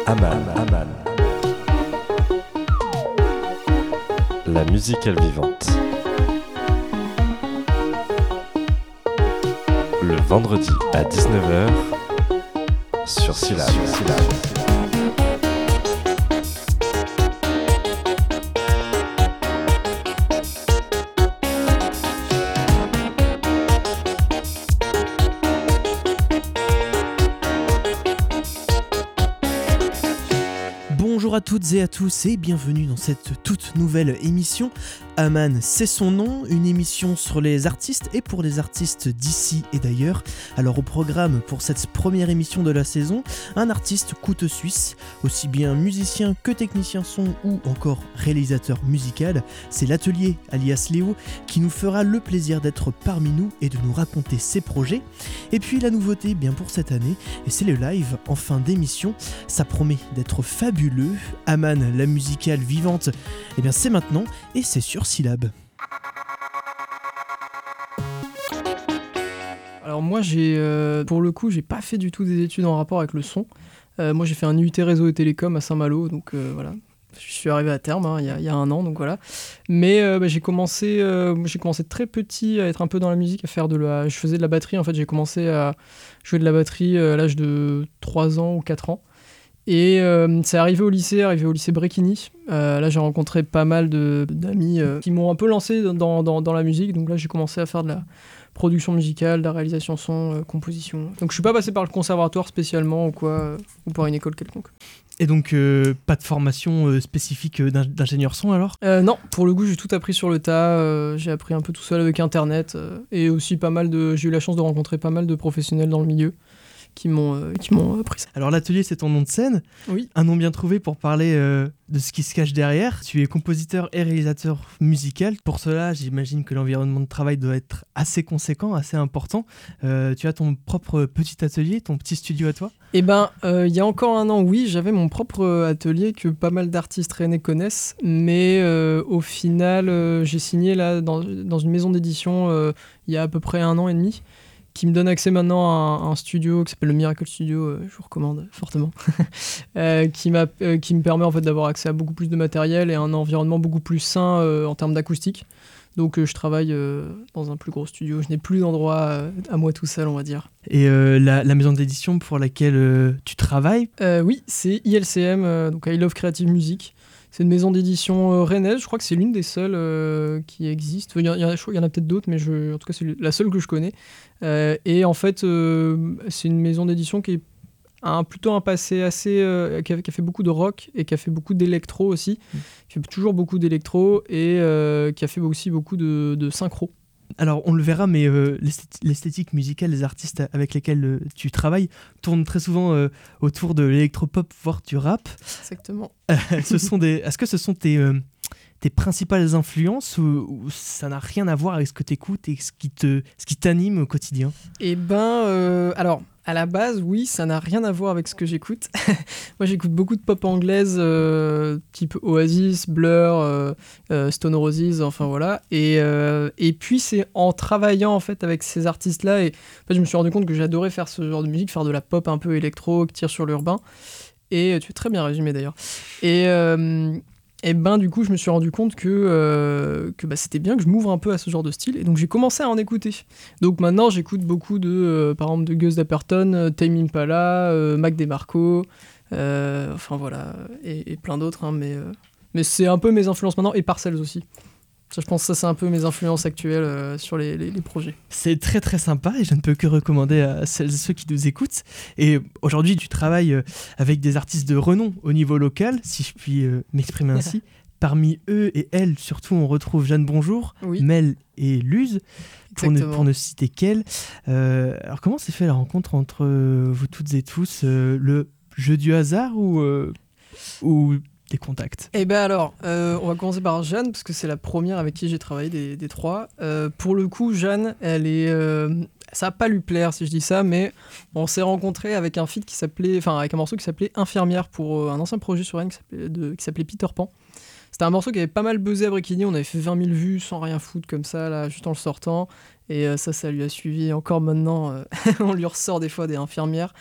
Aman. La musicale vivante. Le vendredi à 19h sur Syllab. Bonjour à toutes et à tous et bienvenue dans cette toute nouvelle émission. Aman, c'est son nom, une émission sur les artistes et pour les artistes d'ici et d'ailleurs. Alors au programme pour cette première émission de la saison, un artiste couteau suisse, aussi bien musicien que technicien son ou encore réalisateur musical. C'est l'atelier alias Léo qui nous fera le plaisir d'être parmi nous et de nous raconter ses projets. Et puis la nouveauté bien pour cette année, et c'est le live en fin d'émission. Ça promet d'être fabuleux. Aman, la musicale vivante, et bien c'est maintenant et c'est sur Syllab. Alors moi pour le coup j'ai pas fait du tout des études en rapport avec le son. Moi j'ai fait un UT réseau et télécom à Saint-Malo, donc voilà. Je suis arrivé à terme il y a un an, donc voilà. Mais j'ai commencé très petit à être un peu dans la musique, je faisais de la batterie. En fait, j'ai commencé à jouer de la batterie à l'âge de 3 ans ou 4 ans. Et c'est arrivé au lycée Bréquigny. Là, j'ai rencontré pas mal d'amis qui m'ont un peu lancé dans la musique. Donc là, j'ai commencé à faire de la production musicale, de la réalisation son, composition. Donc je suis pas passé par le conservatoire spécialement ou par une école quelconque. Et donc pas de formation spécifique d'ingénieur son alors ? Non, pour le coup, j'ai tout appris sur le tas. J'ai appris un peu tout seul avec Internet. Et aussi j'ai eu la chance de rencontrer pas mal de professionnels dans le milieu qui m'ont appris ça. Alors l'atelier, c'est ton nom de scène. Oui. Un nom bien trouvé pour parler de ce qui se cache derrière. Tu es compositeur et réalisateur musical. Pour cela, j'imagine que l'environnement de travail doit être assez conséquent, assez important. Tu as ton propre petit atelier, ton petit studio à toi ? Eh ben, il y a encore un an, oui, j'avais mon propre atelier que pas mal d'artistes rennais connaissent. Mais au final, j'ai signé là, dans une maison d'édition il y a à peu près 1 an et demi. Qui me donne accès maintenant à un studio qui s'appelle le Miracle Studio, je vous recommande fortement, qui me permet en fait d'avoir accès à beaucoup plus de matériel et un environnement beaucoup plus sain en termes d'acoustique. Donc je travaille dans un plus gros studio, je n'ai plus d'endroit à moi tout seul, on va dire. Et la maison d'édition pour laquelle tu travailles ? Oui, c'est ILCM, donc I Love Creative Music. C'est une maison d'édition rennaise, je crois que c'est l'une des seules qui existe. Il y en a peut-être d'autres, mais en tout cas c'est la seule que je connais. Et en fait, c'est une maison d'édition qui a plutôt un passé assez... qui a fait beaucoup de rock et qui a fait beaucoup d'électro aussi. Qui fait toujours beaucoup d'électro et qui a fait aussi beaucoup de synchro. Alors on le verra, mais l'esthétique musicale des artistes avec lesquels tu travailles tourne très souvent autour de l'électropop, voire du rap. Exactement. Est-ce que ce sont tes principales influences ou ça n'a rien à voir avec ce que tu écoutes et ce qui t'anime au quotidien ? Eh ben, alors, à la base, oui, ça n'a rien à voir avec ce que j'écoute. Moi, j'écoute beaucoup de pop anglaise, type Oasis, Blur, Stone Roses, enfin voilà. Et puis, c'est en travaillant en fait avec ces artistes-là, et en fait, je me suis rendu compte que j'adorais faire ce genre de musique, faire de la pop un peu électro, qui tire sur l'urbain. Et tu es très bien résumé d'ailleurs. Et ben du coup je me suis rendu compte que c'était bien que je m'ouvre un peu à ce genre de style et donc j'ai commencé à en écouter. Donc maintenant j'écoute beaucoup par exemple de Gus Dapperton, Tame Impala, Mac DeMarco, enfin voilà, et plein d'autres, hein, mais c'est un peu mes influences maintenant, et Parcells aussi. Ça, je pense que c'est un peu mes influences actuelles sur les projets. C'est très très sympa et je ne peux que recommander à celles et ceux qui nous écoutent. Et aujourd'hui, tu travailles avec des artistes de renom au niveau local, si je puis m'exprimer ainsi. Parmi eux et elles, surtout, on retrouve Jeanne Bonjour, oui. Mel et Luz, pour ne citer qu'elles. Alors comment s'est fait la rencontre entre vous toutes et tous ? Le jeu du hasard ou des contacts ? Eh ben alors, on va commencer par Jeanne, parce que c'est la première avec qui j'ai travaillé des trois. Pour le coup, Jeanne, elle est... ça va pas lui plaire si je dis ça, mais on s'est rencontrés avec un morceau qui s'appelait Infirmière pour un ancien projet sur Rennes qui s'appelait Peter Pan. C'était un morceau qui avait pas mal buzzé à Breakini, on avait fait 20 000 vues sans rien foutre comme ça, là, juste en le sortant. Et ça lui a suivi encore maintenant. On lui ressort des fois des infirmières.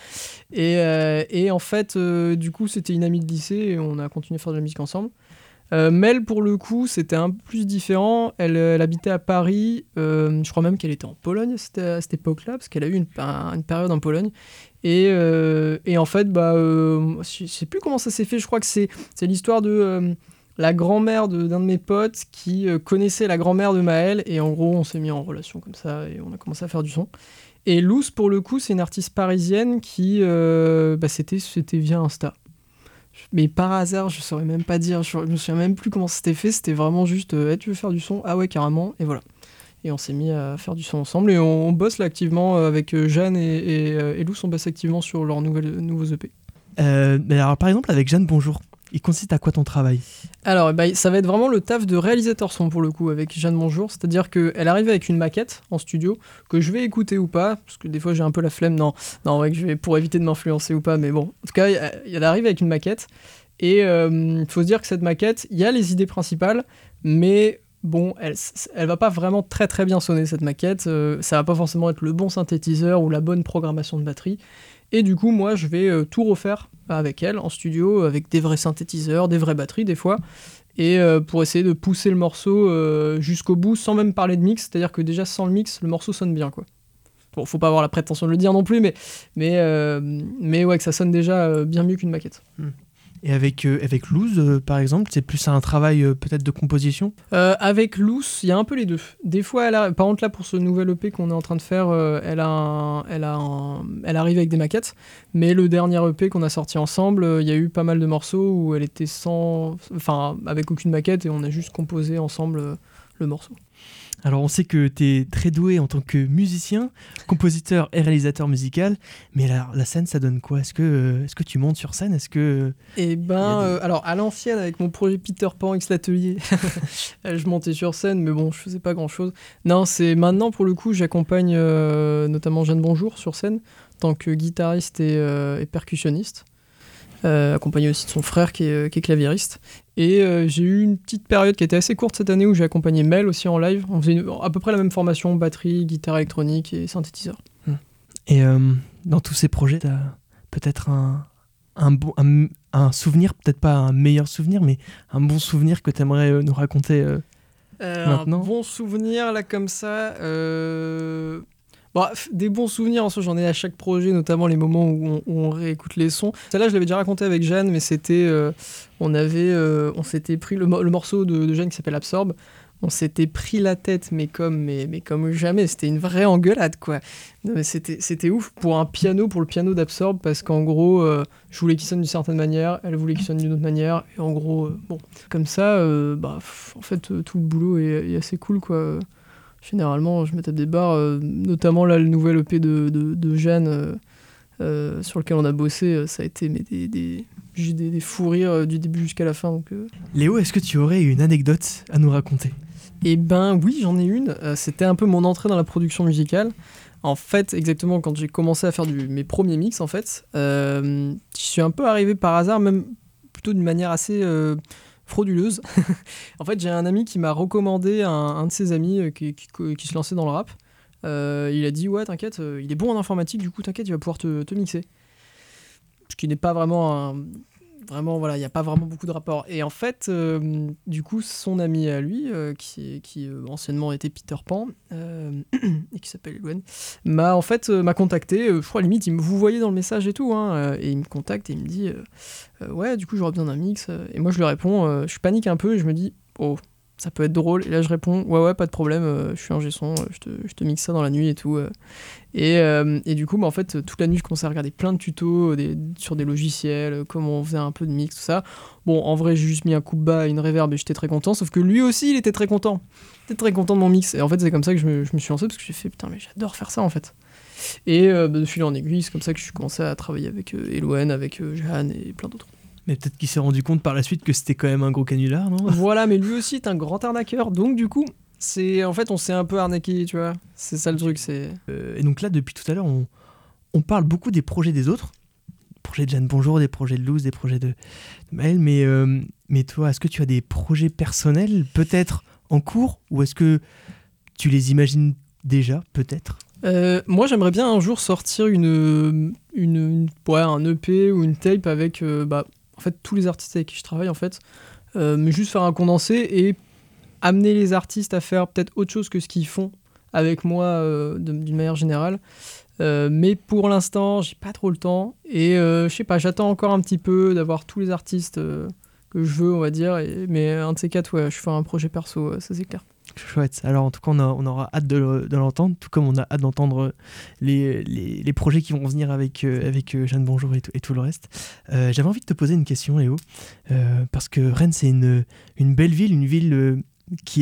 Et en fait, du coup, c'était une amie de lycée et on a continué à faire de la musique ensemble. Mel, pour le coup, c'était un peu plus différent. Elle habitait à Paris. Je crois même qu'elle était en Pologne à cette époque-là, parce qu'elle a eu une période en Pologne. Et en fait, je sais plus comment ça s'est fait. Je crois que c'est l'histoire de la grand-mère d'un de mes potes qui connaissait la grand-mère de Maël. Et en gros, on s'est mis en relation comme ça et on a commencé à faire du son. Et Loose, pour le coup, c'est une artiste parisienne qui c'était via Insta. Mais par hasard, je saurais même pas dire, je me souviens même plus comment c'était fait, c'était vraiment juste tu veux faire du son ? Ah ouais, carrément, et voilà. Et on s'est mis à faire du son ensemble et on bosse là activement avec Jeanne et Lous, on bosse activement sur leurs nouveaux EP. Mais alors par exemple avec Jeanne Bonjour, il consiste à quoi ton travail ? Alors ça va être vraiment le taf de réalisateur son pour le coup avec Jeanne Bonjour, c'est-à-dire qu'elle arrive avec une maquette en studio que je vais écouter ou pas, parce que des fois j'ai un peu la flemme, non ouais, que je vais pour éviter de m'influencer ou pas, mais bon, en tout cas elle arrive avec une maquette et faut se dire que cette maquette, il y a les idées principales, mais bon, elle va pas vraiment très très bien sonner cette maquette, ça va pas forcément être le bon synthétiseur ou la bonne programmation de batterie. Et du coup, moi, je vais tout refaire avec elle en studio, avec des vrais synthétiseurs, des vraies batteries des fois, et pour essayer de pousser le morceau jusqu'au bout sans même parler de mix, c'est-à-dire que déjà sans le mix, le morceau sonne bien, quoi. Bon, faut pas avoir la prétention de le dire non plus, mais ouais, que ça sonne déjà bien mieux qu'une maquette. Et avec Loose, par exemple, c'est plus un travail peut-être de composition ? Avec Loose, il y a un peu les deux. Des fois, par contre, là, pour ce nouvel EP qu'on est en train de faire, elle arrive avec des maquettes. Mais le dernier EP qu'on a sorti ensemble, il y a eu pas mal de morceaux où elle était avec aucune maquette et on a juste composé ensemble le morceau. Alors on sait que tu es très doué en tant que musicien, compositeur et réalisateur musical, mais la scène ça donne quoi ? Est-ce que tu montes sur scène ? Alors à l'ancienne avec mon projet Peter Pan X l'atelier, je montais sur scène mais bon je faisais pas grand chose. Non, c'est maintenant pour le coup j'accompagne notamment Jeanne Bonjour sur scène en tant que guitariste et percussionniste. Accompagné aussi de son frère qui est claviériste. Et j'ai eu une petite période qui était assez courte cette année où j'ai accompagné Mel aussi en live. On faisait à peu près la même formation, batterie, guitare électronique et synthétiseur. Et dans tous ces projets, tu as peut-être un souvenir, peut-être pas un meilleur souvenir, mais un bon souvenir que tu aimerais nous raconter maintenant ? Un bon souvenir là comme ça... des bons souvenirs, en soi, j'en ai à chaque projet, notamment les moments où on réécoute les sons. Celle-là, je l'avais déjà raconté avec Jeanne, mais c'était... on s'était pris le morceau de Jeanne qui s'appelle Absorbe. On s'était pris la tête, mais comme jamais. C'était une vraie engueulade, quoi. Non, mais c'était ouf pour le piano d'Absorbe, parce qu'en gros, je voulais qu'il sonne d'une certaine manière, elle voulait qu'il sonne d'une autre manière, et en gros, comme ça, en fait, tout le boulot est assez cool, quoi. Généralement, je me tape des barres, notamment là, le nouvel EP de Jeanne, sur lequel on a bossé, ça a été des fous rires du début jusqu'à la fin. Donc, Léo, est-ce que tu aurais une anecdote à nous raconter ? Eh ben oui, j'en ai une. C'était un peu mon entrée dans la production musicale. En fait, exactement quand j'ai commencé à faire mes premiers mix, en fait, je suis un peu arrivé par hasard, même plutôt d'une manière assez... frauduleuse. En fait, j'ai un ami qui m'a recommandé un de ses amis qui se lançait dans le rap. Il a dit ouais, t'inquiète, il est bon en informatique, du coup t'inquiète, il va pouvoir te mixer. Ce qui n'est pas vraiment voilà, il n'y a pas vraiment beaucoup de rapport. Et en fait, du coup, son ami à lui, qui anciennement était Peter Pan, et qui s'appelle Elouen, m'a contacté, je crois limite, vous voyez dans le message et tout, hein, et il me contacte et il me dit ouais, du coup, j'aurais besoin d'un mix. Et moi, je lui réponds, je panique un peu et je me dis, oh, ça peut être drôle. Et là, je réponds, ouais, pas de problème, je suis ingé son, je te mixe ça dans la nuit et tout. Et du coup, en fait, toute la nuit, je commençais à regarder plein de tutos sur des logiciels, comment on faisait un peu de mix, tout ça. Bon, en vrai, j'ai juste mis un coup de bas et une reverb et j'étais très content, sauf que lui aussi, il était très content. Il était très content de mon mix. Et en fait, c'est comme ça que je me suis lancé, parce que j'ai fait, putain, mais j'adore faire ça, en fait. Et de fil en aiguille, c'est comme ça que je suis commencé à travailler avec Elouen, avec Jeanne et plein d'autres. Mais peut-être qu'il s'est rendu compte par la suite que c'était quand même un gros canular, non ? Voilà, mais lui aussi est un grand arnaqueur, donc du coup, en fait, on s'est un peu arnaqué, tu vois. C'est ça le truc, c'est... Et donc là, depuis tout à l'heure, on parle beaucoup des projets des autres projets de Jeanne Bonjour, des projets de Luz, des projets de Maël, mais toi, est-ce que tu as des projets personnels peut-être en cours, ou est-ce que tu les imagines déjà peut-être? Moi, j'aimerais bien un jour sortir un EP ou une tape avec en fait, tous les artistes avec qui je travaille, en fait. Mais juste faire un condensé et amener les artistes à faire peut-être autre chose que ce qu'ils font avec moi d'une manière générale. Mais pour l'instant, j'ai pas trop le temps. Et je sais pas, j'attends encore un petit peu d'avoir tous les artistes que je veux, on va dire. Mais un de ces quatre, ouais, je fais un projet perso, ça c'est clair. Chouette. Alors en tout cas, on aura hâte de l'entendre, tout comme on a hâte d'entendre les projets qui vont venir avec Jeanne Bonjour et tout le reste. J'avais envie de te poser une question, Léo, parce que Rennes, c'est une belle ville, une ville qui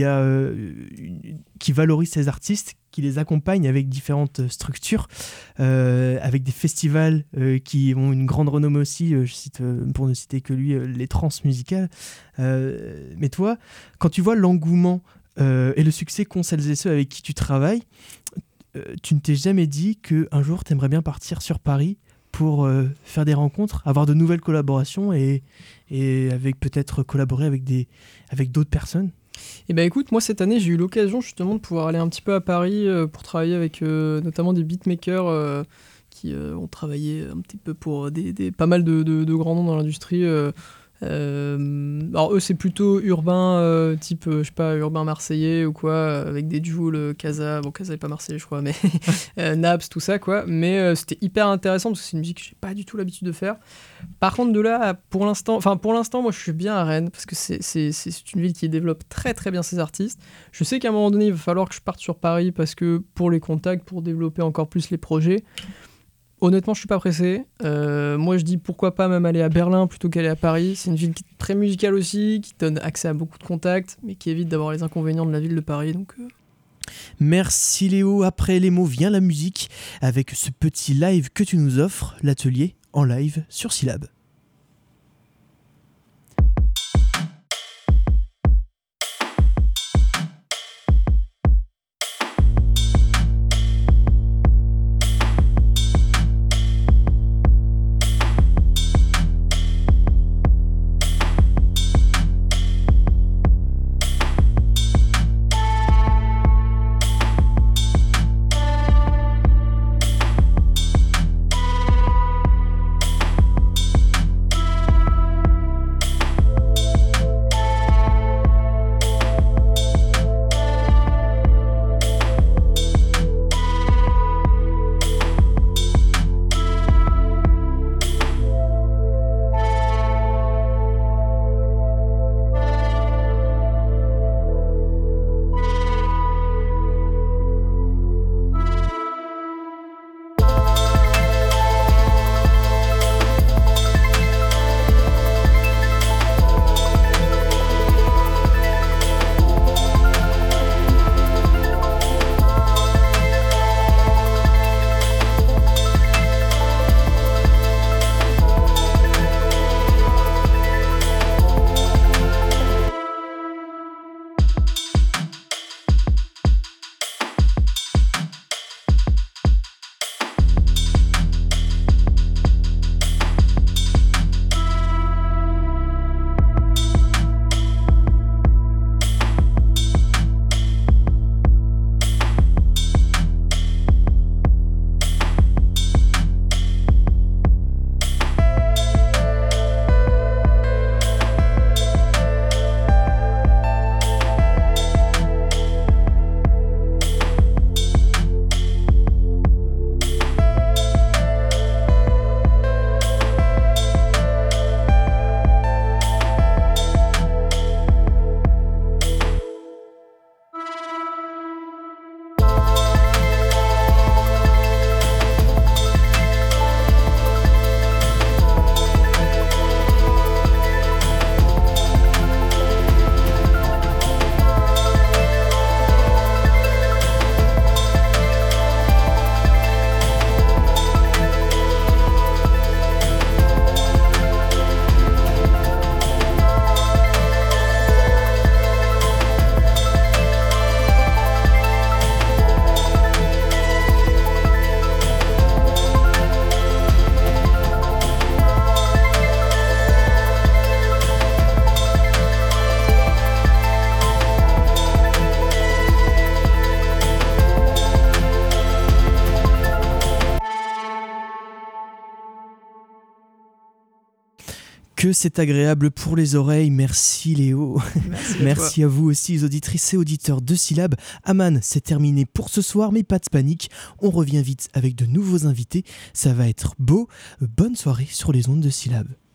valorise ses artistes, qui les accompagne avec différentes structures, avec des festivals qui ont une grande renommée aussi, je cite, pour ne citer que lui, les trans musicales. Mais toi, quand tu vois l'engouement et le succès qu'ont celles et ceux avec qui tu travailles, tu ne t'es jamais dit qu'un jour tu aimerais bien partir sur Paris pour faire des rencontres, avoir de nouvelles collaborations et avec peut-être collaborer avec d'autres personnes? Et bah écoute, moi cette année j'ai eu l'occasion justement de pouvoir aller un petit peu à Paris pour travailler avec notamment des beatmakers qui ont travaillé un petit peu pour pas mal de grands noms dans l'industrie. Alors eux c'est plutôt urbain, type je sais pas, urbain marseillais ou quoi, avec des Jul, Casa est pas marseillais je crois, mais Naps, tout ça quoi. Mais c'était hyper intéressant parce que c'est une musique que j'ai pas du tout l'habitude de faire. Par contre de là pour l'instant moi je suis bien à Rennes parce que c'est une ville qui développe très très bien ses artistes. Je sais qu'à un moment donné il va falloir que je parte sur Paris parce que pour les contacts, pour développer encore plus les projets. Honnêtement, je suis pas pressé. Moi, je dis pourquoi pas même aller à Berlin plutôt qu'aller à Paris. C'est une ville qui est très musicale aussi, qui donne accès à beaucoup de contacts, mais qui évite d'avoir les inconvénients de la ville de Paris. Donc, Merci Léo. Après les mots vient la musique avec ce petit live que tu nous offres, l'atelier en live sur Syllab. Que c'est agréable pour les oreilles, merci Léo. Merci, Merci à vous aussi les auditrices et auditeurs de Syllab. Aman, c'est terminé pour ce soir, mais pas de panique, on revient vite avec de nouveaux invités, ça va être beau. Bonne soirée sur les ondes de Syllab.